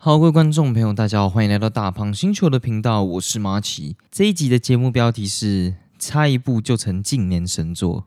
好，各位观众朋友，大家好，欢迎来到大胖星球的频道，我是马奇。这一集的节目标题是差一步就成近年神作。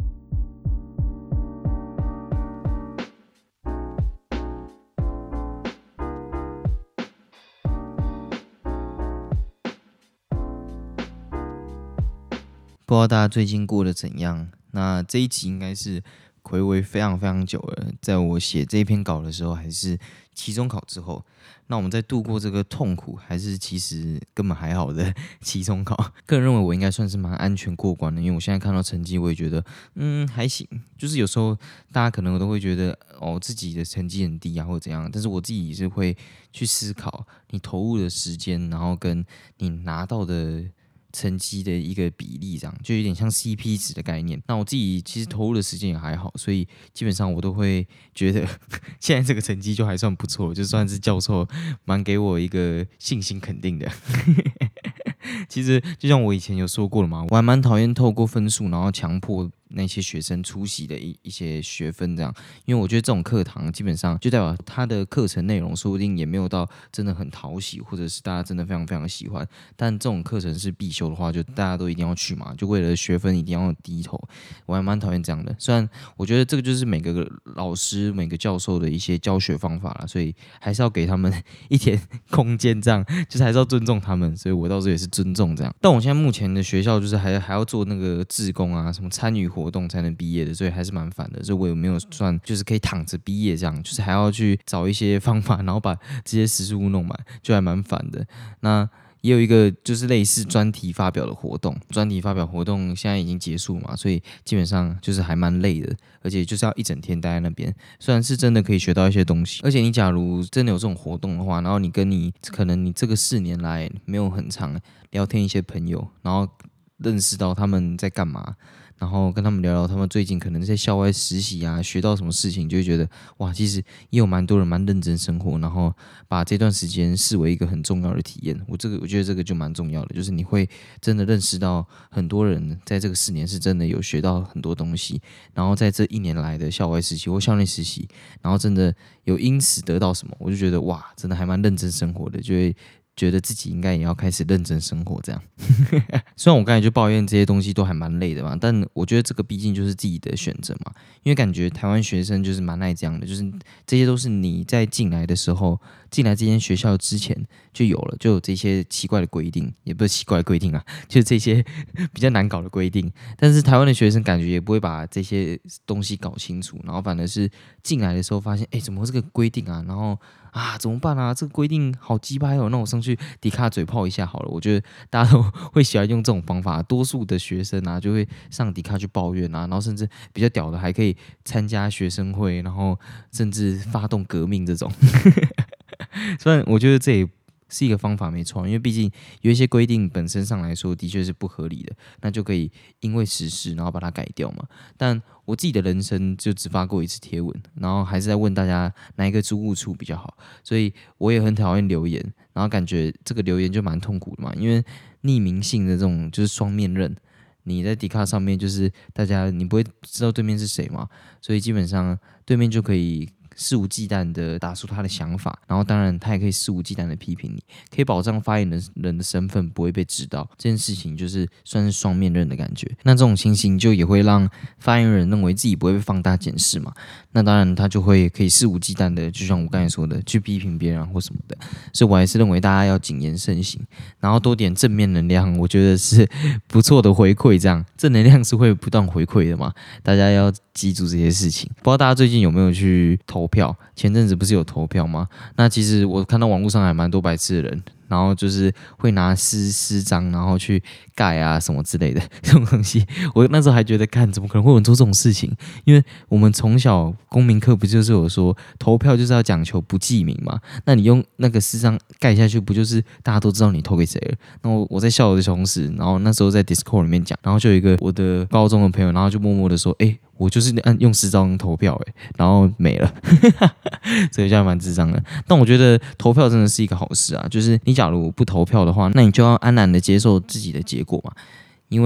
不知道大家最近过得怎样？那这一集应该是睽违非常久了，在我写这一篇稿的时候，还是期中考之后。那我们在度过这个痛苦，还是其实根本还好的期中考。个人认为我应该算是蛮安全过关的，因为我现在看到成绩，我也觉得还行。就是有时候大家可能都会觉得自己的成绩很低啊，或者怎样，但是我自己也是会去思考你投入的时间，然后跟你拿到的成绩的一个比例，这样就有点像 CP 值的概念。那我自己其实投入的时间也还好，所以基本上我都会觉得现在这个成绩就还算不错，就算是教授蛮给我一个信心肯定的。其实就像我以前有说过了嘛，我还蛮讨厌透过分数然后强迫那些学生出席的一些学分这样，因为我觉得这种课堂基本上就代表他的课程内容说不定也没有到真的很讨喜，或者是大家真的非常喜欢，但这种课程是必修的话，就大家都一定要去嘛，就为了学分一定要低头，我还蛮讨厌这样的。虽然我觉得这个就是每个老师每个教授的一些教学方法啦，所以还是要给他们一点空间，这样就是还是要尊重他们，所以我到时候也是尊重这样。但我现在目前的学校就是还要做那个志工啊，什么参与活动才能毕业的，所以还是蛮烦的。所以我也没有算就是可以躺着毕业这样，就是还要去找一些方法，然后把这些时事物弄满，就还蛮烦的。那也有一个就是类似专题发表的活动，专题发表活动现在已经结束嘛，所以基本上就是还蛮累的，而且就是要一整天待在那边。虽然是真的可以学到一些东西，而且你假如真的有这种活动的话，然后你跟可能你这个4年来没有很长聊天一些朋友，然后认识到他们在干嘛，然后跟他们聊聊他们最近可能在校外实习啊，学到什么事情，就会觉得哇，其实也有蛮多人蛮认真生活，然后把这段时间视为一个很重要的体验。我觉得这个就蛮重要的，就是你会真的认识到很多人在这个4年是真的有学到很多东西，然后在这1年来的校外实习或校内实习，然后真的有因此得到什么，我就觉得哇，真的还蛮认真生活的，就会觉得自己应该也要开始认真生活这样。虽然我刚才就抱怨这些东西都还蛮累的嘛，但我觉得这个毕竟就是自己的选择嘛，因为感觉台湾学生就是蛮爱这样的，就是这些都是你在进来的时候，进来这间学校之前就有这些奇怪的规定，也不是奇怪的规定啊，就是这些比较难搞的规定。但是台湾的学生感觉也不会把这些东西搞清楚，然后反而是进来的时候发现，怎么会这个规定啊？然后怎么办啊？这个规定好鸡掰哦！那我上去迪卡嘴炮一下好了。我觉得大家都会喜欢用这种方法，多数的学生啊就会上迪卡去抱怨啊，然后甚至比较屌的还可以参加学生会，然后甚至发动革命这种。虽然我觉得这也是一个方法没错，因为毕竟有一些规定本身上来说的确是不合理的，那就可以因为时事然后把它改掉嘛。但我自己的人生就只发过1次贴文，然后还是在问大家哪一个租屋处比较好，所以我也很讨厌留言，然后感觉这个留言就蛮痛苦的嘛，因为匿名性的这种就是双面刃。你在迪卡上面就是大家你不会知道对面是谁嘛，所以基本上对面就可以肆无忌惮的打出他的想法，然后当然他也可以肆无忌惮的批评你，可以保障发言人的身份不会被知道，这件事情就是算是双面刃的感觉。那这种情形就也会让发言人认为自己不会被放大检视嘛，那当然他就会可以肆无忌惮的，就像我刚才说的去批评别人或什么的。所以我还是认为大家要谨言慎行，然后多点正面能量，我觉得是不错的回馈，这样正能量是会不断回馈的嘛，大家要记住这些事情。不知道大家最近有没有去投票？前阵子不是有投票吗？那其实我看到网络上还蛮多白痴的人，然后就是会拿诗章，然后去盖啊什么之类的这种东西。我那时候还觉得，看怎么可能会有人做这种事情？因为我们从小公民课不就是有说，投票就是要讲求不记名嘛？那你用那个诗章盖下去，不就是大家都知道你投给谁了？然后我在校友的同时，然后那时候在 Discord 里面讲，然后就有一个我的高中的朋友，然后就默默的说，我就是用诗章投票然后没了，所以就还蛮智障的。但我觉得投票真的是一个好事啊，就是你假如不投票的话，那你就要安然的接受自己的结果嘛。因为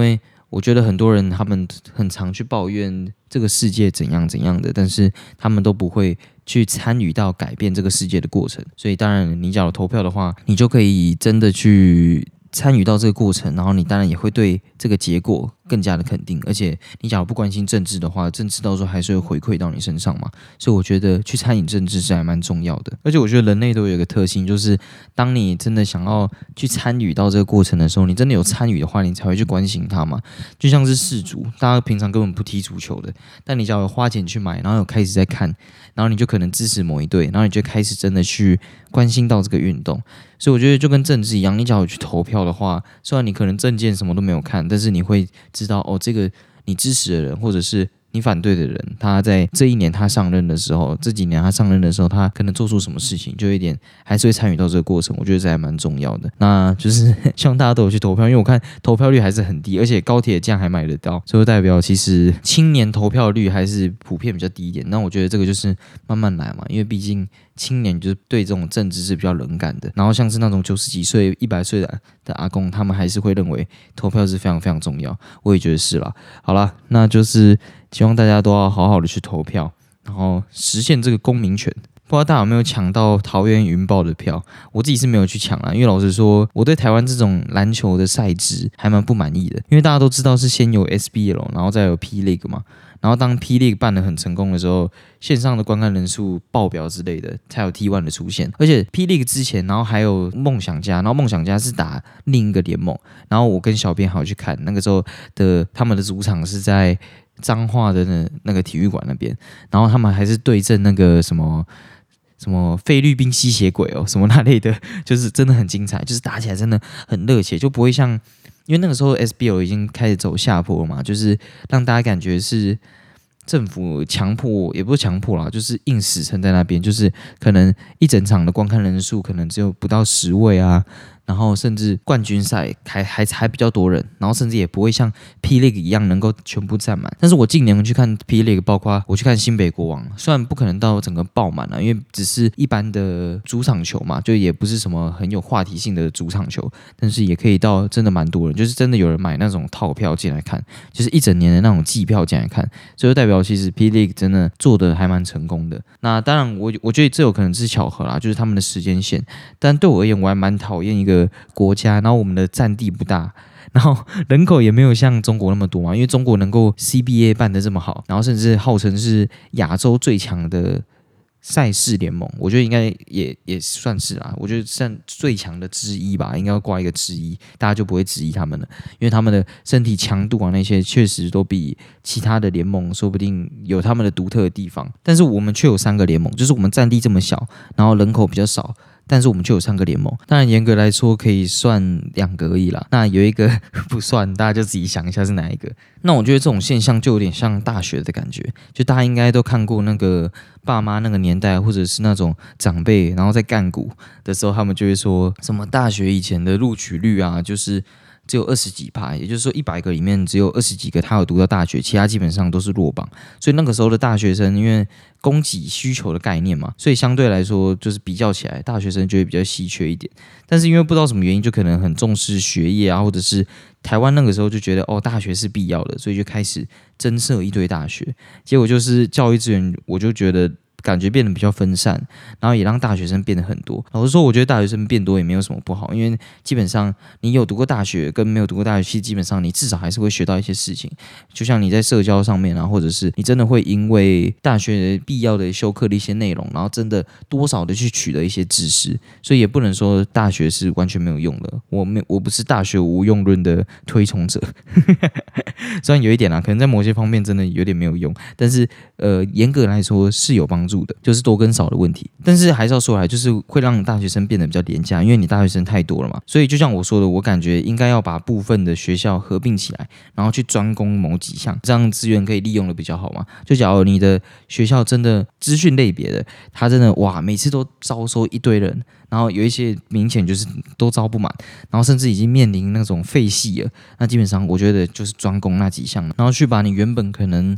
我觉得很多人他们很常去抱怨这个世界怎样怎样的，但是他们都不会去参与到改变这个世界的过程。所以当然，你假如投票的话，你就可以真的去参与到这个过程，然后你当然也会对这个结果更加的肯定。而且你假如不关心政治的话，政治到时候还是会回馈到你身上嘛。所以我觉得去参与政治是还蛮重要的。而且我觉得人类都有一个特性，就是当你真的想要去参与到这个过程的时候，你真的有参与的话，你才会去关心它嘛。就像是世足，大家平常根本不踢足球的，但你只要有花钱去买，然后有开始在看，然后你就可能支持某一队，然后你就开始真的去关心到这个运动。所以我觉得就跟政治一样，你只要有去投票的话，虽然你可能政见什么都没有看，但是你会知道哦，这个你支持的人或者是你反对的人，他在这一年他上任的时候，这几年他上任的时候，他可能做出什么事情，就一点还是会参与到这个过程。我觉得这还蛮重要的。那就是希望大家都有去投票，因为我看投票率还是很低，而且高铁这样还买得到，所以代表其实青年投票率还是普遍比较低一点。那我觉得这个就是慢慢来嘛，因为毕竟青年就是对这种政治是比较冷感的，然后像是那种90几岁、100岁的阿公，他们还是会认为投票是非常非常重要。我也觉得是啦。好啦，那就是希望大家都要好好的去投票，然后实现这个公民权。不知道大家有没有抢到桃园云豹的票？我自己是没有去抢啦，因为老实说，我对台湾这种篮球的赛制还蛮不满意的。因为大家都知道是先有 SBL， 然后再有 P League 嘛。然后当 P League 办得很成功的时候，线上的观看人数爆表之类的，才有 T1 的出现。而且 P League 之前，然后还有梦想家，然后梦想家是打另一个联盟。然后我跟小编还有去看，那个时候的他们的主场是在彰化的那个体育馆那边，然后他们还是对阵那个什么菲律宾吸血鬼哦，什么那类的，就是真的很精彩，就是打起来真的很热血，就不会像，因为那个时候 SBL 已经开始走下坡了嘛，就是让大家感觉是政府强迫，也不是强迫啦，就是硬死撑在那边，就是可能一整场的观看人数可能只有不到10位啊。然后甚至冠军赛还比较多人，然后甚至也不会像 P League 一样能够全部占满。但是我近年去看 P League， 包括我去看新北国王，虽然不可能到整个爆满了，因为只是一般的主场球嘛，就也不是什么很有话题性的主场球，但是也可以到真的蛮多人，就是真的有人买那种套票进来看，就是一整年的那种季票进来看，所以就代表其实 P League 真的做的还蛮成功的。那当然我觉得这有可能是巧合啦，就是他们的时间线，但对我而言，我还蛮讨厌一个国家，然后我们的占地不大，然后人口也没有像中国那么多嘛，因为中国能够 CBA 办得这么好，然后甚至号称是亚洲最强的赛事联盟，我觉得应该也算是啦，我觉得算最强的之一吧，应该要挂一个之一，大家就不会质疑他们了，因为他们的身体强度啊那些确实都比其他的联盟说不定有他们的独特的地方，但是我们却有3个联盟，就是我们占地这么小，然后人口比较少。但是我们就有3个联盟，当然严格来说可以算2个而已啦。那有一个不算，大家就自己想一下是哪一个。那我觉得这种现象就有点像大学的感觉，就大家应该都看过那个爸妈那个年代，或者是那种长辈，然后在干股的时候，他们就会说什么大学以前的录取率啊，就是只有20几%，也就是说100个里面只有20几个他有读到大学，其他基本上都是落榜。所以那个时候的大学生，因为供给需求的概念嘛，所以相对来说就是比较起来，大学生就会比较稀缺一点。但是因为不知道什么原因，就可能很重视学业啊，或者是台湾那个时候就觉得哦，大学是必要的，所以就开始增设一堆大学。结果就是教育资源，我就觉得感觉变得比较分散，然后也让大学生变得很多。老实说，我觉得大学生变多也没有什么不好，因为基本上你有读过大学跟没有读过大学，其实基本上你至少还是会学到一些事情。就像你在社交上面啊，或者是你真的会因为大学必要的修课的一些内容，然后真的多少的去取得一些知识，所以也不能说大学是完全没有用的。我不是大学无用论的推崇者，虽然有一点啦，可能在某些方面真的有点没有用，但是严格来说是有帮助的，就是多跟少的问题。但是还是要说来，就是会让大学生变得比较廉价，因为你大学生太多了嘛。所以就像我说的，我感觉应该要把部分的学校合并起来，然后去专攻某几项，这样资源可以利用的比较好嘛。就假如你的学校真的资讯类别的，他真的哇，每次都招收一堆人，然后有一些明显就是都招不满，然后甚至已经面临那种废系了，那基本上我觉得就是专攻那几项，然后去把你原本可能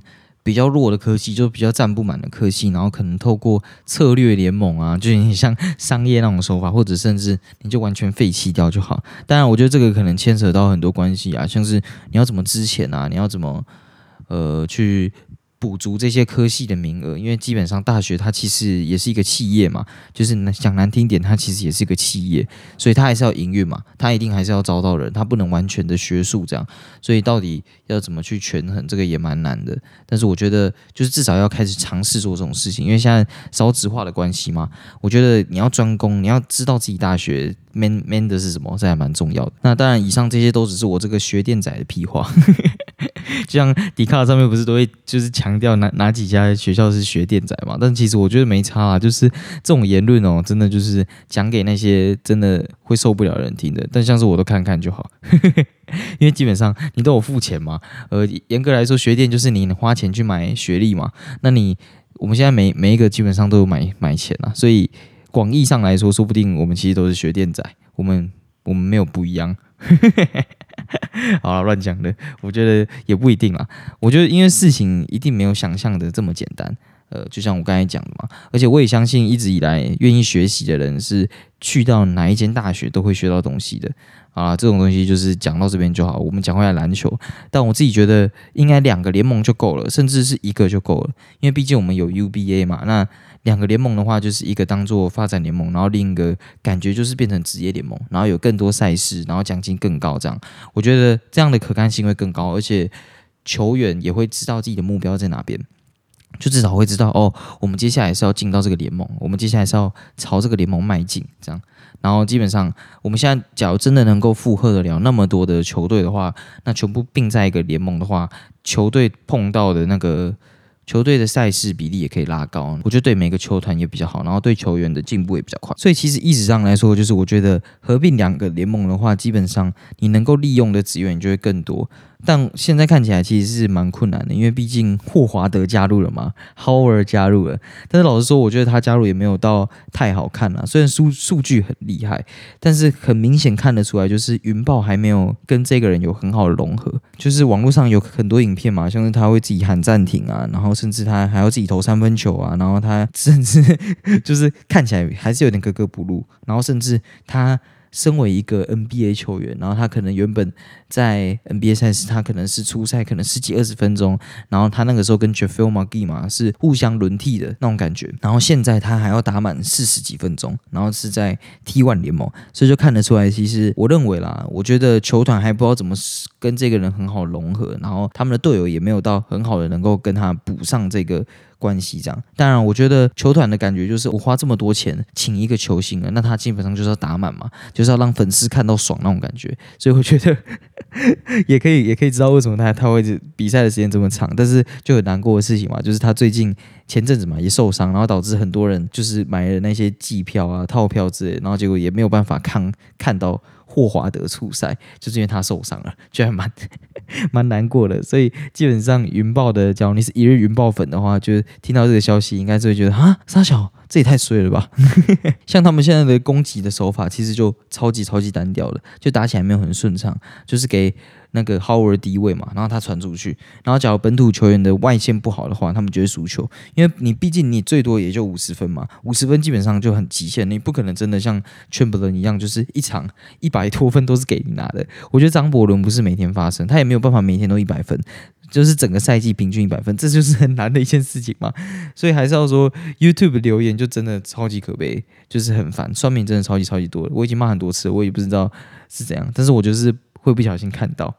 比较弱的科系，就比较占不满的科系，然后可能透过策略联盟啊，就有点像商业那种手法，或者甚至你就完全废弃掉就好。当然，我觉得这个可能牵扯到很多关系啊，像是你要怎么支钱啊，你要怎么去补足这些科系的名额，因为基本上大学它其实也是一个企业嘛，就是讲难听点，它其实也是一个企业，所以它还是要营运嘛，它一定还是要招到人，它不能完全的学术这样，所以到底要怎么去权衡，这个也蛮难的。但是我觉得，就是至少要开始尝试做这种事情，因为现在少子化的关系嘛，我觉得你要专攻，你要知道自己大学 man 的是什么，这还蛮重要的。那当然，以上这些都只是我这个学电仔的屁话。就像迪卡上面不是都会就是强调哪几家学校是学电仔嘛？但其实我觉得没差啦，就是这种言论哦，真的就是讲给那些真的会受不了的人听的。但像是我都看看就好，因为基本上你都有付钱嘛。严格来说，学电就是你花钱去买学历嘛。那我们现在每一个基本上都有买钱啊，所以广义上来说，说不定我们其实都是学电仔，我们没有不一样。好了，乱讲的，我觉得也不一定啦。我觉得因为事情一定没有想象的这么简单。就像我刚才讲的嘛，而且我也相信一直以来愿意学习的人是去到哪一间大学都会学到东西的。啊，这种东西就是讲到这边就好。我们讲回来篮球，但我自己觉得应该2个联盟就够了，甚至是1个就够了，因为毕竟我们有 UBA 嘛。那2个联盟的话，就是一个当做发展联盟，然后另一个感觉就是变成职业联盟，然后有更多赛事，然后奖金更高，这样我觉得这样的可看性会更高，而且球员也会知道自己的目标在哪边。就至少会知道哦，我们接下来是要进到这个联盟，我们接下来是要朝这个联盟迈进，这样。然后基本上，我们现在假如真的能够负荷得了那么多的球队的话，那全部并在一个联盟的话，球队碰到的那个球队的赛事比例也可以拉高，我觉得对每个球团也比较好，然后对球员的进步也比较快。所以其实意识上来说，就是我觉得合并2个联盟的话，基本上你能够利用的资源就会更多。但现在看起来其实是蛮困难的，因为毕竟霍华德加入了嘛 ，Howard 加入了，但是老实说，我觉得他加入也没有到太好看啦。虽然数据很厉害，但是很明显看得出来，就是云豹还没有跟这个人有很好的融合。就是网络上有很多影片嘛，像是他会自己喊暂停啊，然后甚至他还要自己投3分球啊，然后他甚至就是看起来还是有点格格不入，然后甚至他身为一个 NBA 球员，然后他可能原本在 NBA 赛事，他可能是出赛可能10几20分钟，然后他那个时候跟 JaVale McGee 嘛是互相轮替的那种感觉，然后现在他还要打满40几分钟，然后是在 T1 联盟，所以就看得出来，其实我认为啦，我觉得球团还不知道怎么跟这个人很好融合，然后他们的队友也没有到很好的能够跟他补上这个关系这样。当然我觉得球团的感觉就是我花这么多钱请一个球星了，那他基本上就是要打满嘛，就是要让粉丝看到爽那种感觉，所以我觉得也可以知道为什么他会比赛的时间这么长，但是就很难过的事情嘛，就是他最近前阵子嘛也受伤，然后导致很多人就是买了那些季票啊套票之类的，然后结果也没有办法看到霍华德出赛，就是因为他受伤了，就还蛮难过的。所以基本上云豹的，假如你是一日云豹粉的话，就听到这个消息，应该是会觉得啊，沙小这也太衰了吧。像他们现在的攻击的手法，其实就超级单调的，就打起来没有很顺畅，就是给那个 Howard 低位嘛，然后他传出去，然后假如本土球员的外线不好的话，他们就会输球，因为你毕竟你最多也就50分嘛，50分基本上就很极限，你不可能真的像 Chamberlain 一样，就是一场100多分都是给你拿的。我觉得张伯伦不是每天发生，他也没有办法每天都100分，就是整个赛季平均100分，这就是很难的一件事情嘛。所以还是要说 YouTube 留言就真的超级可悲，就是很烦，酸民真的超级多的，我已经骂很多次了，我也不知道是怎样，但是我就是会不小心看到。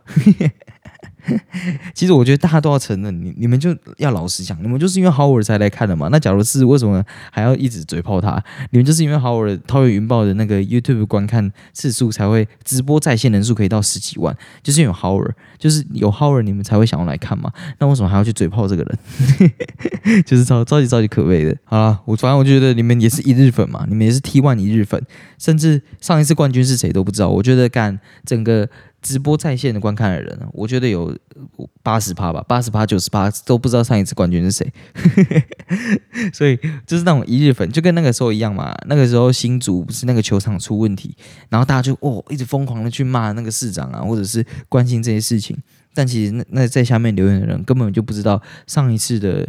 其实我觉得大家都要承认，你们就要老实讲，你们就是因为 Howard 才来看的嘛。那假如是为什么还要一直嘴炮他？你们就是因为 Howard 桃园云豹的那个 YouTube 观看次数才会直播在线人数可以到10几万，就是因为有 Howard， 就是有 Howard 你们才会想要来看嘛。那为什么还要去嘴炮这个人？就是超级可悲的。好啦，反正我觉得你们也是一日粉嘛，你们也是 T1 一日粉，甚至上一次冠军是谁都不知道。我觉得整个直播在线的观看的人，我觉得有80%吧，80%、90%都不知道上一次冠军是谁，所以就是那种一日粉，就跟那个时候一样嘛。那个时候新竹不是那个球场出问题，然后大家就一直疯狂的去骂那个市长啊，或者是关心这些事情。但其实那在下面留言的人根本就不知道上一次的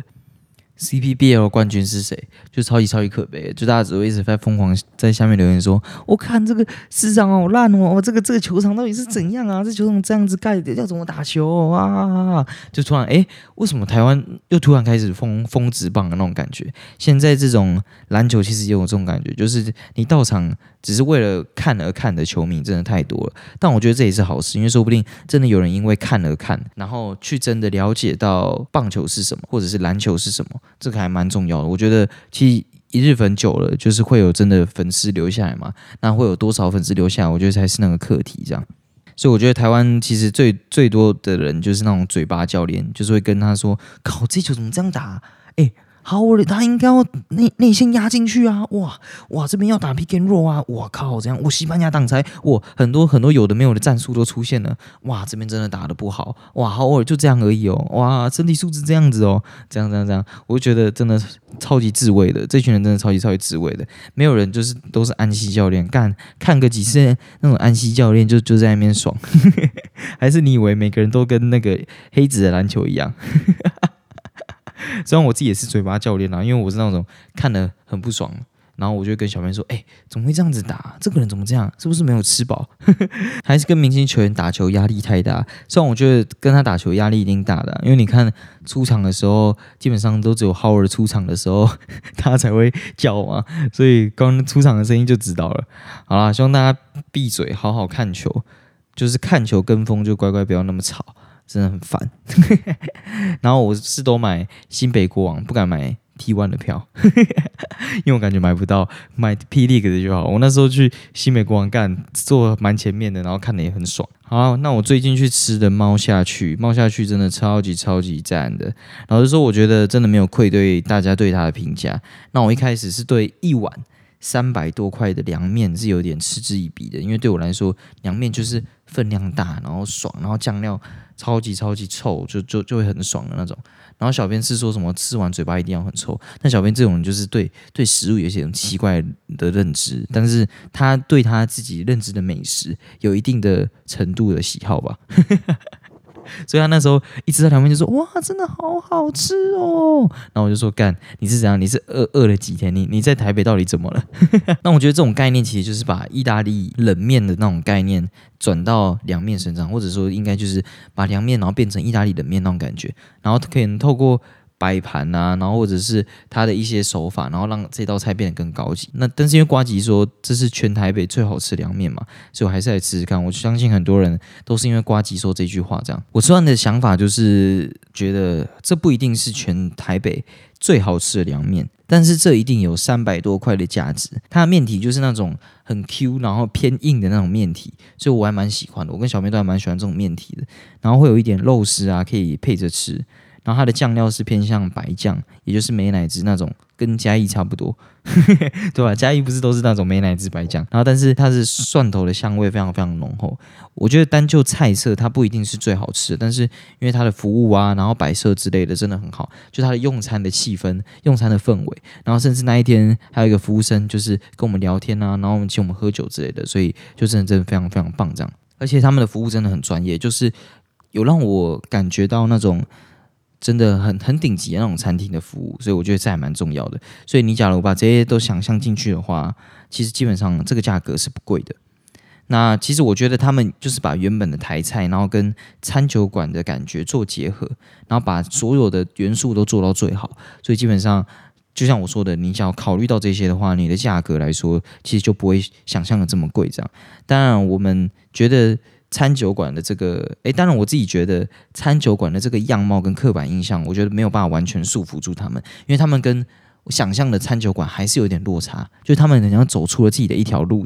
CPBL 冠军是谁，就超级可悲。就大家只会一直在疯狂在下面留言说：“我看这个市场好烂哦，这个球场到底是怎样啊？这球场这样子盖的，要怎么打球啊？”就突然为什么台湾又突然开始疯职棒的那种感觉？现在这种篮球其实也有这种感觉，就是你到场只是为了看而看的球迷真的太多了。但我觉得这也是好事，因为说不定真的有人因为看而看，然后去真的了解到棒球是什么，或者是篮球是什么。这个还蛮重要的，我觉得其实一日粉久了，就是会有真的粉丝留下来嘛。那会有多少粉丝留下来，我觉得才是那个课题这样。所以我觉得台湾其实最多的人就是那种嘴巴教练，就是会跟他说：“靠，这球怎么这样打？好，他应该要内线压进去啊！哇，这边要打 pick and roll 啊！哇靠，这样西班牙挡拆，很多有的没有的战术都出现了。哇，这边真的打得不好。哇，好尔就这样而已哦。哇，身体素质这样子哦，这样，我就觉得真的超级自卫的，这群人真的超级自卫的。没有人就是都是安西教练，看个几次那种安西教练就在那边爽，还是你以为每个人都跟那个黑子的篮球一样？虽然我自己也是嘴巴教练因为我是那种看得很不爽，然后我就跟小编说：“怎么会这样子打？这个人怎么这样？是不是没有吃饱？还是跟明星球员打球压力太大？”虽然我觉得跟他打球压力一定大的因为你看出场的时候，基本上都只有 Howard 出场的时候他才会叫嘛，所以刚出场的声音就知道了。好啦，希望大家闭嘴，好好看球，就是看球跟风就乖乖不要那么吵。真的很烦，然后我是都买新北国王，不敢买 T1 的票，因为我感觉买不到，买 P League 的就好。我那时候去新北国王坐蛮前面的，然后看的也很爽。好，那我最近去吃的猫下去真的超级赞的。老实说，我觉得真的没有愧对大家对它的评价。那我一开始是对一碗300多块的凉面是有点嗤之以鼻的，因为对我来说，凉面就是分量大，然后爽，然后酱料超级臭，就会很爽的那种。然后小编是说什么吃完嘴巴一定要很臭，但小编这种人就是对食物有一些很奇怪的认知，但是他对他自己认知的美食有一定的程度的喜好吧。所以他那时候一吃到凉面就说：“哇，真的好好吃哦！”然后我就说：“干，你是怎样？你是饿了几天？你在台北到底怎么了？”那我觉得这种概念其实就是把意大利冷面的那种概念转到凉面身上，或者说应该就是把凉面然后变成意大利冷面那种感觉，然后可以透过摆盘啊，然后或者是他的一些手法，然后让这道菜变得更高级。那但是因为呱吉说这是全台北最好吃的凉面嘛，所以我还是来吃吃看。我相信很多人都是因为呱吉说这句话这样。我吃完的想法就是觉得这不一定是全台北最好吃的凉面，但是这一定有300多块的价值。它的面体就是那种很 Q 然后偏硬的那种面体，所以我还蛮喜欢的。我跟小妹都还蛮喜欢这种面体的，然后会有一点肉丝啊，可以配着吃。然后它的酱料是偏向白酱，也就是美乃滋那种，跟嘉义差不多，对吧？嘉义不是都是那种美乃滋白酱，然后但是它是蒜头的香味非常浓厚。我觉得单就菜色它不一定是最好吃的，但是因为它的服务啊，然后摆设之类的真的很好，就它的用餐的气氛、用餐的氛围，然后甚至那一天还有一个服务生就是跟我们聊天啊，然后请我们喝酒之类的，所以就真的非常棒这样。而且他们的服务真的很专业，就是有让我感觉到那种真的很顶级的那种餐厅的服务，所以我觉得这还蛮重要的。所以你假如把这些都想象进去的话，其实基本上这个价格是不贵的。那其实我觉得他们就是把原本的台菜，然后跟餐酒馆的感觉做结合，然后把所有的元素都做到最好。所以基本上就像我说的，你想要考虑到这些的话，你的价格来说其实就不会想象的这么贵这样。当然我们觉得餐酒馆的这个，当然我自己觉得餐酒馆的这个样貌跟刻板印象，我觉得没有办法完全束缚住他们，因为他们跟想象的餐酒馆还是有点落差，就是他们好像走出了自己的一条路这样。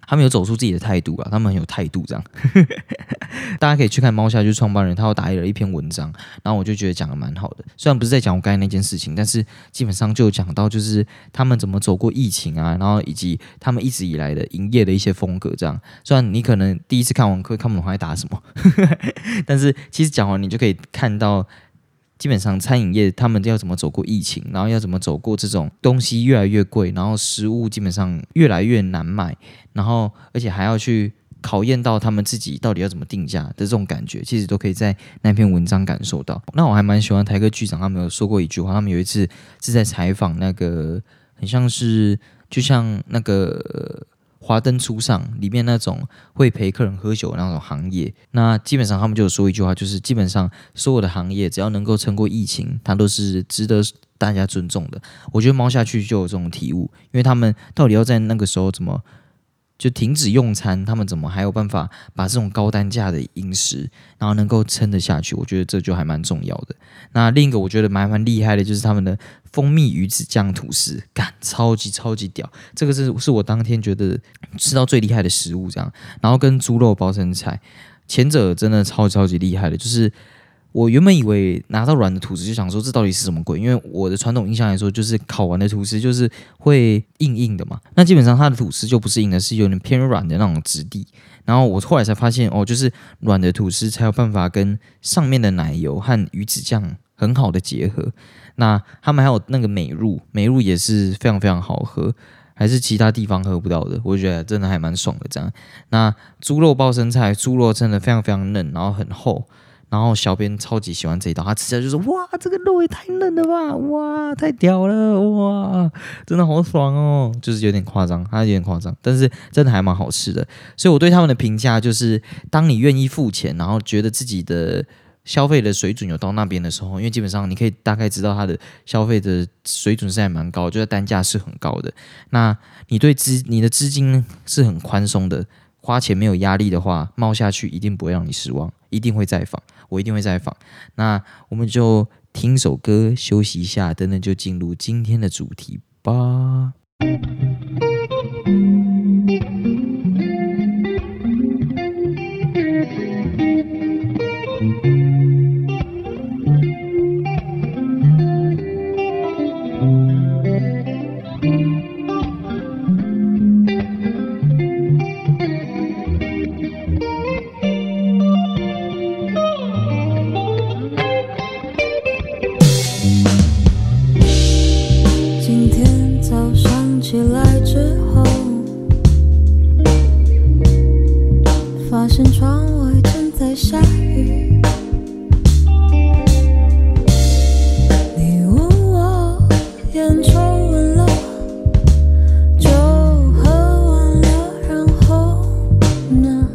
他们有走出自己的态度啊，他们很有态度这样。大家可以去看猫下去创办人，他有打了一篇文章，然后我就觉得讲的蛮好的。虽然不是在讲我刚才那件事情，但是基本上就有讲到就是他们怎么走过疫情啊，然后以及他们一直以来的营业的一些风格这样。虽然你可能第一次看完会看不懂他在打什么，但是其实讲完你就可以看到。基本上餐饮业他们要怎么走过疫情，然后要怎么走过这种东西越来越贵，然后食物基本上越来越难卖，然后而且还要去考验到他们自己到底要怎么定价的这种感觉，其实都可以在那篇文章感受到。那我还蛮喜欢台哥剧长他们有说过一句话，他们有一次是在采访那个很像是就像那个华灯初上里面那种会陪客人喝酒的那种行业，那基本上他们就有说一句话，就是基本上所有的行业只要能够撑过疫情，它都是值得大家尊重的。我觉得猫下去就有这种体悟，因为他们到底要在那个时候怎么就停止用餐，他们怎么还有办法把这种高单价的饮食，然后能够撑得下去？我觉得这就还蛮重要的。那另一个我觉得蛮厉害的，就是他们的蜂蜜鱼子酱吐司，干超级屌！这个是我当天觉得吃到最厉害的食物，这样。然后跟猪肉包生菜，前者真的超级厉害的，就是我原本以为拿到软的吐司就想说这到底是什么鬼，因为我的传统印象来说，就是烤完的吐司就是会硬的嘛。那基本上它的吐司就不是硬的，是有点偏软的那种质地。然后我后来才发现，就是软的吐司才有办法跟上面的奶油和鱼子酱很好的结合。那他们还有那个美露也是非常好喝，还是其他地方喝不到的，我觉得真的还蛮爽的这样。那猪肉包生菜，猪肉真的非常嫩，然后很厚。然后小编超级喜欢这一道，他吃下去就说：“哇，这个肉也太嫩了吧！哇，太屌了！哇，真的好爽哦！”就是有点夸张，他有点夸张，但是真的还蛮好吃的。所以我对他们的评价就是：当你愿意付钱，然后觉得自己的消费的水准有到那边的时候，因为基本上你可以大概知道他的消费的水准是还蛮高，就是单价是很高的。那你的资金是很宽松的，花钱没有压力的话，猫下去一定不会让你失望，一定会再访。我一定会再访。那我们就听首歌休息一下，等等就进入今天的主题吧。 起来之后，发现窗外正在下雨。你问我烟抽完了酒喝完了，然后呢？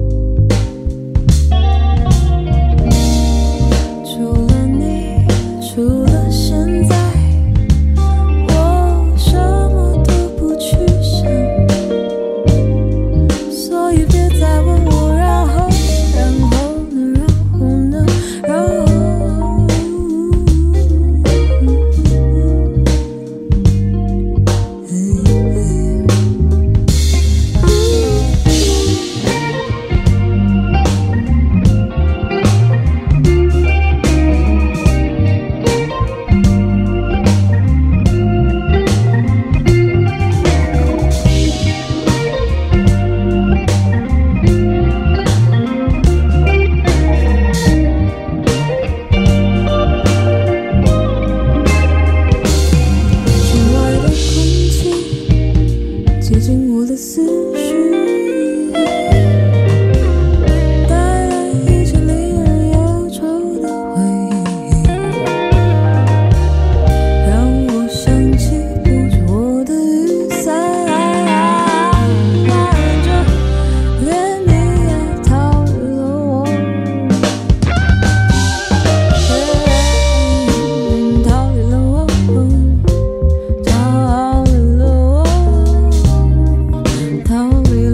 除了你，除了现在。逃离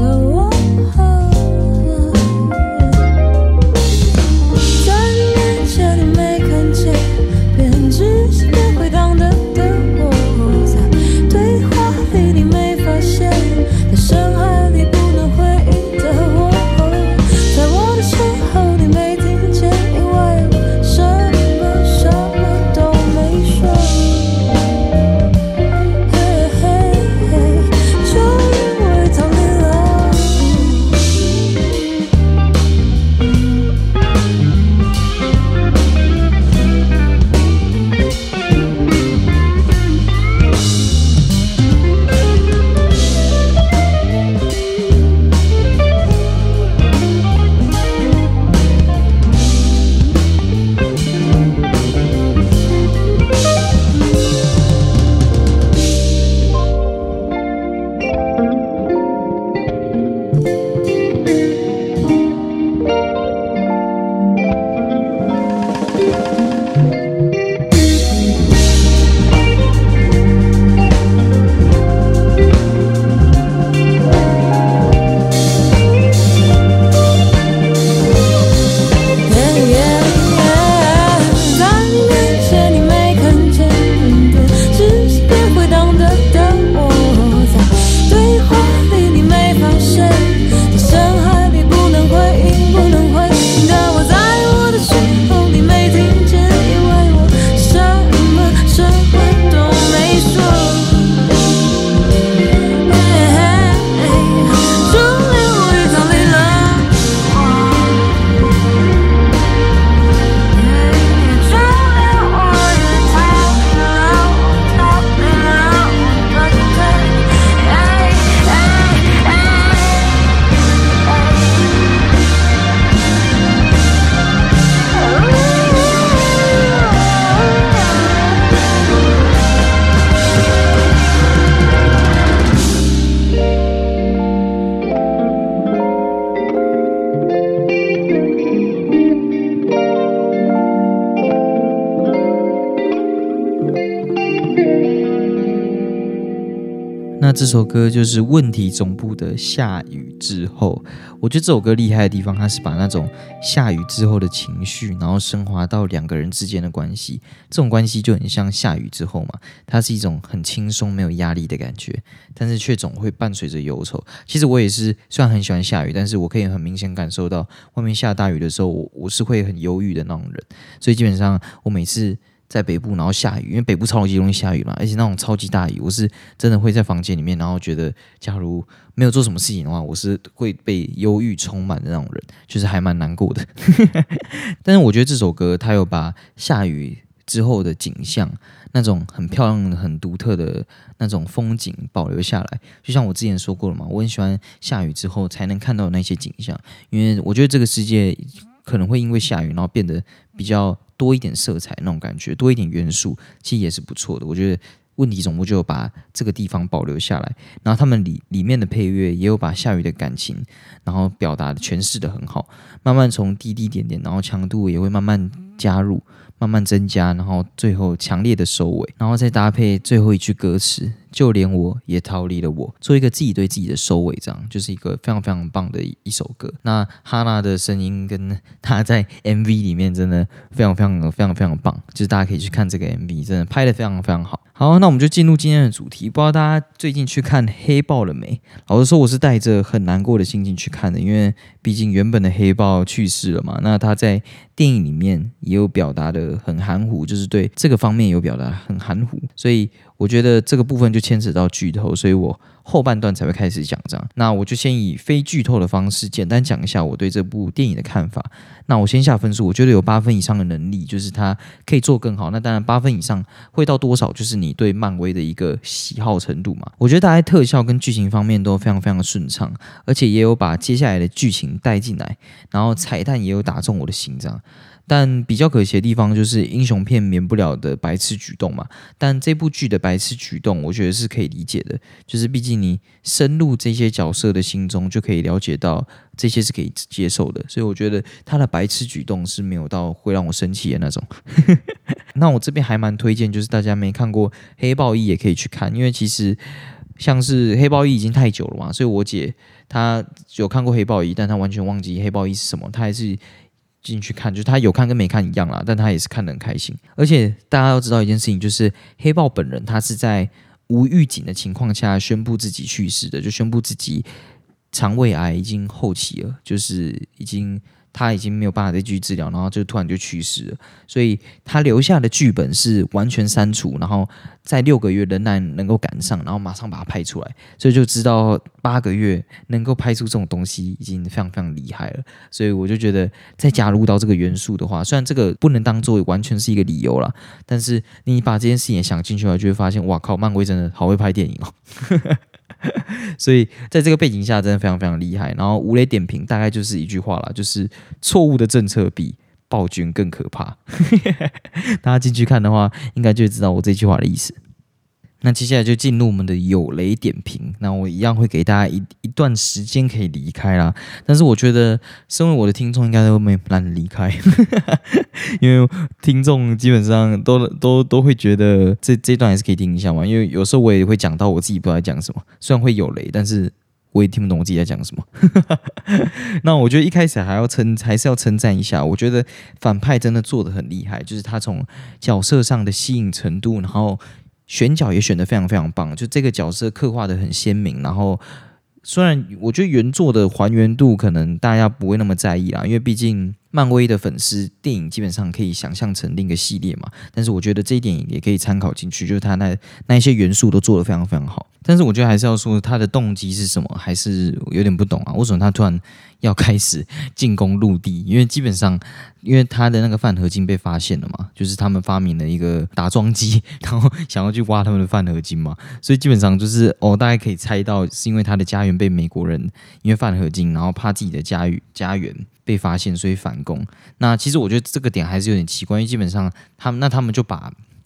那这首歌就是问题总部的下雨之后。我觉得这首歌厉害的地方，它是把那种下雨之后的情绪，然后升华到两个人之间的关系。这种关系就很像下雨之后嘛，它是一种很轻松没有压力的感觉，但是却总会伴随着忧愁。其实我也是虽然很喜欢下雨，但是我可以很明显感受到外面下大雨的时候，我是会很忧郁的那种人。所以基本上我每次在北部然后下雨，因为北部超级容易下雨嘛，而且那种超级大雨，我是真的会在房间里面，然后觉得假如没有做什么事情的话，我是会被忧郁充满的那种人，就是还蛮难过的。但是我觉得这首歌它有把下雨之后的景象，那种很漂亮的很独特的那种风景保留下来。就像我之前说过了嘛，我很喜欢下雨之后才能看到的那些景象，因为我觉得这个世界可能会因为下雨然后变得比较多一点色彩那种感觉，多一点元素，其实也是不错的。我觉得问题总部就有把这个地方保留下来，然后他们里面的配乐也有把下雨的感情，然后表达的诠释的很好，慢慢从滴滴点点，然后强度也会慢慢加入，慢慢增加，然后最后强烈的收尾，然后再搭配最后一句歌词，就连我也逃离了我，做一个自己对自己的收尾，这样就是一个非常非常棒的一首歌。那哈娜的声音跟她在 MV 里面真的非常非常非常非常棒，就是大家可以去看这个 MV， 真的拍得非常非常好。好，那我们就进入今天的主题。不知道大家最近去看黑豹了没？老实说，我是带着很难过的心情去看的，因为毕竟原本的黑豹去世了嘛。那他在电影里面也有表达的很含糊，就是对这个方面有表达很含糊，所以我觉得这个部分就牵扯到剧透，所以我后半段才会开始讲这样。那我就先以非剧透的方式简单讲一下我对这部电影的看法。那我先下分数，我觉得有8分以上的能力，就是它可以做更好。那当然8分以上会到多少，就是你对漫威的一个喜好程度嘛。我觉得它在特效跟剧情方面都非常非常的顺畅，而且也有把接下来的剧情带进来，然后彩蛋也有打中我的心这样。但比较可惜的地方就是英雄片免不了的白痴举动嘛，但这部剧的白痴举动我觉得是可以理解的，就是毕竟你深入这些角色的心中就可以了解到这些是可以接受的，所以我觉得他的白痴举动是没有到会让我生气的那种。那我这边还蛮推荐，就是大家没看过黑豹一也可以去看，因为其实像是黑豹一已经太久了嘛，所以我姐她有看过黑豹一，但她完全忘记黑豹一是什么，她还是进去看，就是他有看跟没看一样啦，但他也是看得很开心。而且大家要知道一件事情，就是黑豹本人他是在无预警的情况下宣布自己去世的，就宣布自己肠胃癌已经后期了，就是他已经没有办法再继续治疗，然后就突然就去世了。所以他留下的剧本是完全删除，然后在6个月仍然能够赶上，然后马上把它拍出来，所以就知道8个月能够拍出这种东西已经非常非常厉害了。所以我就觉得再加入到这个元素的话，虽然这个不能当做完全是一个理由啦，但是你把这件事情也想进去了，就会发现哇靠，漫威真的好会拍电影哦。所以在这个背景下真的非常非常厉害。然后无雷点评大概就是一句话啦，就是错误的政策比暴君更可怕。大家进去看的话应该就会知道我这句话的意思。那接下来就进入我们的有雷点评，那我一样会给大家一段时间可以离开啦，但是我觉得身为我的听众应该都没懒得离开。因为听众基本上都会觉得这段还是可以听一下嘛，因为有时候我也会讲到我自己不知道在讲什么，虽然会有雷，但是我也听不懂我自己在讲什么。那我觉得一开始还是要称赞一下，我觉得反派真的做得很厉害，就是他从角色上的吸引程度，然后选角也选得非常非常棒，就这个角色刻画得很鲜明，然后虽然我觉得原作的还原度可能大家不会那么在意啦，因为毕竟漫威的粉丝电影基本上可以想象成另一个系列嘛，但是我觉得这一点也可以参考进去，就是他那一些元素都做得非常非常好。但是我觉得还是要说他的动机是什么，还是有点不懂啊，为什么他突然要开始进攻陆地？因为基本上因为他的那个饭合金被发现了嘛，就是他们发明了一个打桩机，然后想要去挖他们的饭合金嘛，所以基本上就是大概可以猜到是因为他的家园被美国人因为饭合金，然后怕自己的家园被发现，所以反攻。那其实我觉得这个点还是有点奇怪，因为基本上他们就把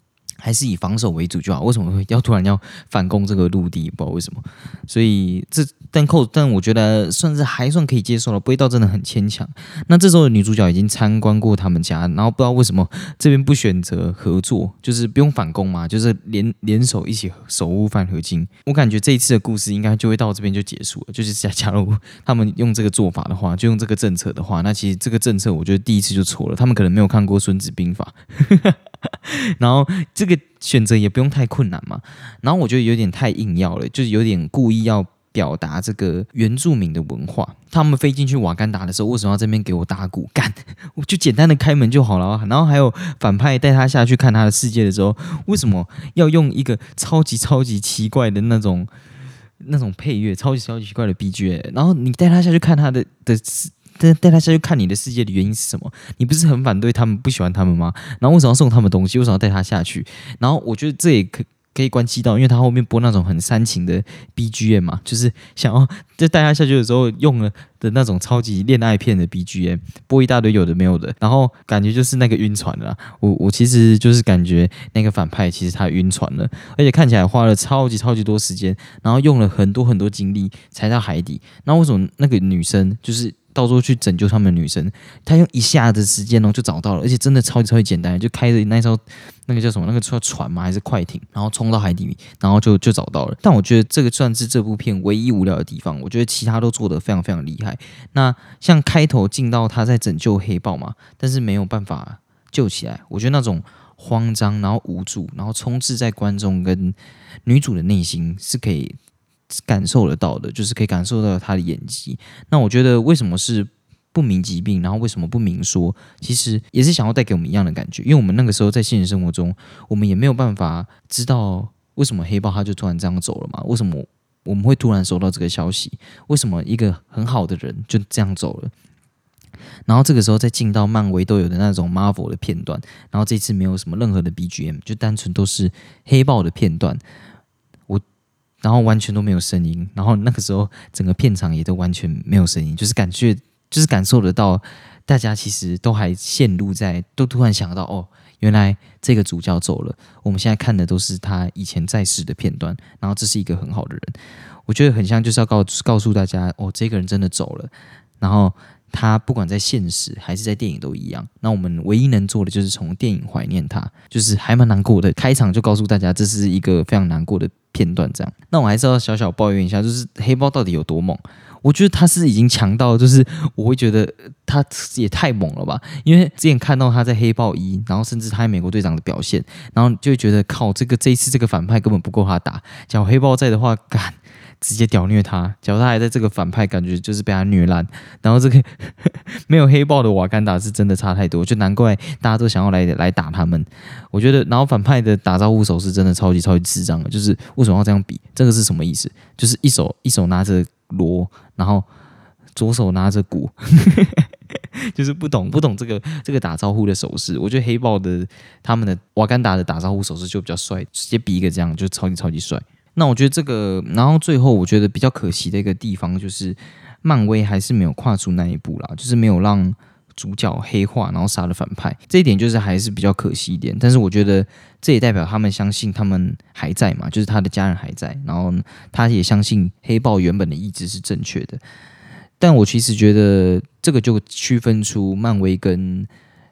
还是以防守为主就好，为什么会要突然要反攻这个陆地？不知道为什么。所以但我觉得还算可以接受了，不会到真的很牵强。那这时候的女主角已经参观过他们家，然后不知道为什么这边不选择合作，就是不用反攻嘛，就是联手一起守护范和金。我感觉这一次的故事应该就会到这边就结束了。就是假如他们用这个做法的话，就用这个政策的话，那其实这个政策我觉得第一次就错了，他们可能没有看过《孙子兵法》。然后这个选择也不用太困难嘛，然后我觉得有点太硬要了，就是有点故意要表达这个原住民的文化。他们飞进去瓦干达的时候，为什么要这边给我打鼓干？我就简单的开门就好了。然后还有反派带他下去看他的世界的时候，为什么要用一个超级超级奇怪的那种配乐，超级超级奇怪的 BGM？ 然后你带他下去看他的带他下去看你的世界的原因是什么？你不是很反对他们，不喜欢他们吗？然后为什么要送他们东西？为什么要带他下去？然后我觉得这也可以关系到，因为他后面播那种很煽情的 BGM 嘛，就是想要就带他下去的时候用了的那种超级恋爱片的 BGM， 播一大堆有的没有的，然后感觉就是那个晕船了啦。我其实就是感觉那个反派其实他晕船了，而且看起来花了超级超级多时间，然后用了很多很多精力才到海底。那为什么那个女生就是到处去拯救他们的女生，她用一下子时间就找到了，而且真的超级超级简单，就开着那艘那个叫什么那个船吗还是快艇，然后冲到海底，然后就找到了。但我觉得这个算是这部片唯一无聊的地方，我觉得其他都做得非常非常厉害。那像开头进到他在拯救黑豹嘛，但是没有办法救起来，我觉得那种慌张，然后无助，然后充斥在观众跟女主的内心是可以感受得到的，就是可以感受到他的演技。那我觉得为什么是不明疾病，然后为什么不明说，其实也是想要带给我们一样的感觉，因为我们那个时候在现实生活中，我们也没有办法知道为什么黑豹他就突然这样走了嘛，为什么我们会突然收到这个消息，为什么一个很好的人就这样走了。然后这个时候再进到漫威都有的那种 Marvel 的片段，然后这次没有什么任何的 BGM， 就单纯都是黑豹的片段，然后完全都没有声音，然后那个时候整个片场也都完全没有声音，就是感受得到大家其实都还陷入在，都突然想到哦，原来这个主角走了，我们现在看的都是他以前在世的片段，然后这是一个很好的人，我觉得很像就是要告诉大家哦，这个人真的走了，然后他不管在现实还是在电影都一样，那我们唯一能做的就是从电影怀念他，就是还蛮难过的。开场就告诉大家这是一个非常难过的片段，这样。那我还是要小小抱怨一下，就是黑豹到底有多猛？我觉得他是已经强到，就是我会觉得他也太猛了吧？因为之前看到他在黑豹1，然后甚至他在美国队长的表现，然后就会觉得靠，这一次这个反派根本不够他打。假如黑豹在的话，干。直接屌虐他，假如他还在这个反派，感觉就是被他虐烂。然后这个没有黑豹的瓦干达是真的差太多，就难怪大家都想要来打他们。我觉得，然后反派的打招呼手势真的超级超级智障的，就是为什么要这样比？这个是什么意思？就是一手拿着锣，然后左手拿着鼓，就是不懂这个打招呼的手势。我觉得黑豹的他们的瓦干达的打招呼手势就比较帅，直接比一个这样就超级超级帅。那我觉得这个，然后最后我觉得比较可惜的一个地方就是，漫威还是没有跨出那一步啦，就是没有让主角黑化，然后杀了反派，这一点就是还是比较可惜一点。但是我觉得这也代表他们相信他们还在嘛，就是他的家人还在，然后他也相信黑豹原本的意志是正确的。但我其实觉得这个就区分出漫威跟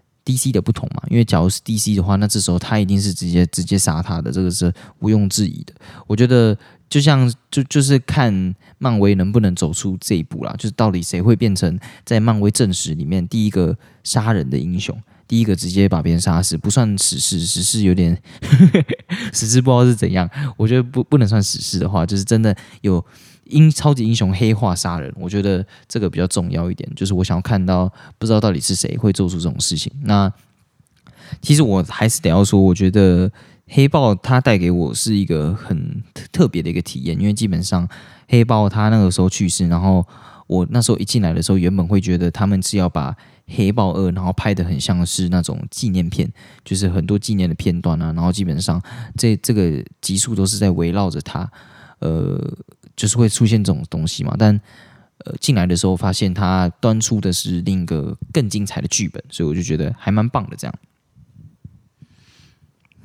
DC 的不同嘛，因为假如是 DC 的话，那这时候他一定是直接杀他的，这个是毋庸置疑的。我觉得就像就是看漫威能不能走出这一步啦，就是到底谁会变成在漫威正史里面第一个杀人的英雄，第一个直接把别人杀死，不算史事有点史事不知道是怎样。我觉得不能算史事的话，就是真的有超级英雄黑化杀人，我觉得这个比较重要一点，就是我想要看到不知道到底是谁会做出这种事情。那其实我还是得要说，我觉得黑豹它带给我是一个很特别的一个体验，因为基本上黑豹它那个时候去世，然后我那时候一进来的时候，原本会觉得他们是要把黑豹2，然后拍得很像是那种纪念片，就是很多纪念的片段啊，然后基本上这个集数都是在围绕着它，就是会出现这种东西嘛，但进来的时候发现他端出的是另一个更精彩的剧本，所以我就觉得还蛮棒的这样。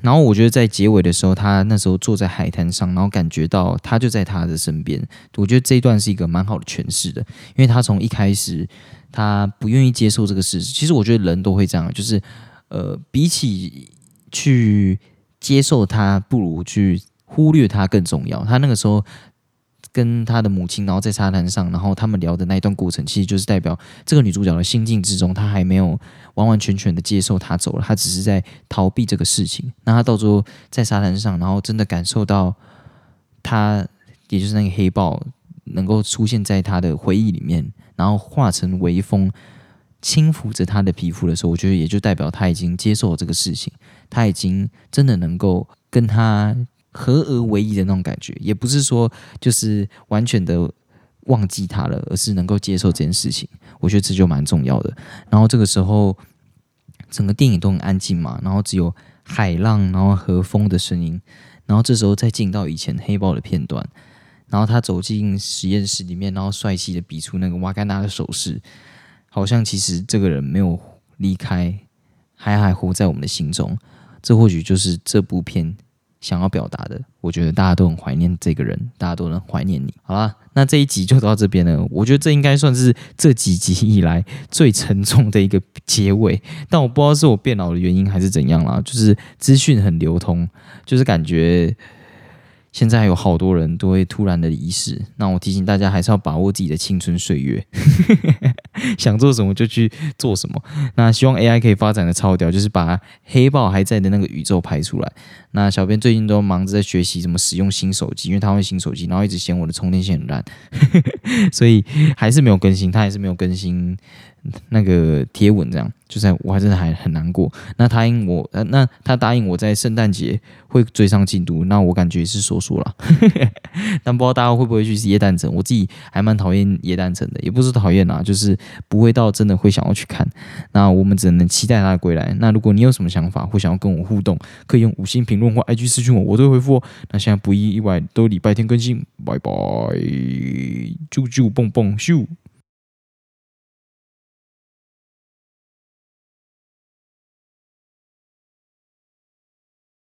然后我觉得在结尾的时候，他那时候坐在海滩上，然后感觉到他就在他的身边。我觉得这一段是一个蛮好的诠释的，因为他从一开始他不愿意接受这个事实。其实我觉得人都会这样，就是比起去接受他，不如去忽略他更重要。他那个时候跟他的母亲，然后在沙滩上，然后他们聊的那一段过程，其实就是代表这个女主角的心境之中，她还没有完完全全的接受他走了，她只是在逃避这个事情。那她到最后在沙滩上，然后真的感受到他，也就是那个黑豹，能够出现在他的回忆里面，然后化成微风，轻抚着他的皮肤的时候，我觉得也就代表他已经接受了这个事情，他已经真的能够跟他合而为一的那种感觉，也不是说就是完全的忘记他了，而是能够接受这件事情。我觉得这就蛮重要的。然后这个时候，整个电影都很安静嘛，然后只有海浪，然后和风的声音。然后这时候再进到以前黑豹的片段，然后他走进实验室里面，然后帅气的比出那个瓦干达的手势，好像其实这个人没有离开，还活在我们的心中。这或许就是这部片想要表达的。我觉得大家都很怀念这个人，大家都很怀念你。好啦，那这一集就到这边了。我觉得这应该算是这几集以来最沉重的一个结尾，但我不知道是我变老的原因还是怎样啦，就是资讯很流通，就是感觉现在有好多人都会突然的离世，那我提醒大家还是要把握自己的青春岁月，想做什么就去做什么。那希望 AI 可以发展的超屌，就是把黑豹还在的那个宇宙拍出来。那小编最近都忙着在学习怎么使用新手机，因为他会新手机，然后一直嫌我的充电线很烂，所以还是没有更新，他还是没有更新那个贴文，这样就是我还真的还很难过。那他答应我在圣诞节会追上进度，那我感觉也是说说啦，但不知道大家会不会去耶诞城。我自己还蛮讨厌耶诞城的，也不是讨厌啦，就是不会到真的会想要去看。那我们只能期待他的归来。那如果你有什么想法或想要跟我互动，可以用5星评论或 IG 私讯我，我都会回复哦。那现在不意外都礼拜天更新，拜拜，啾啾蹦蹦咻。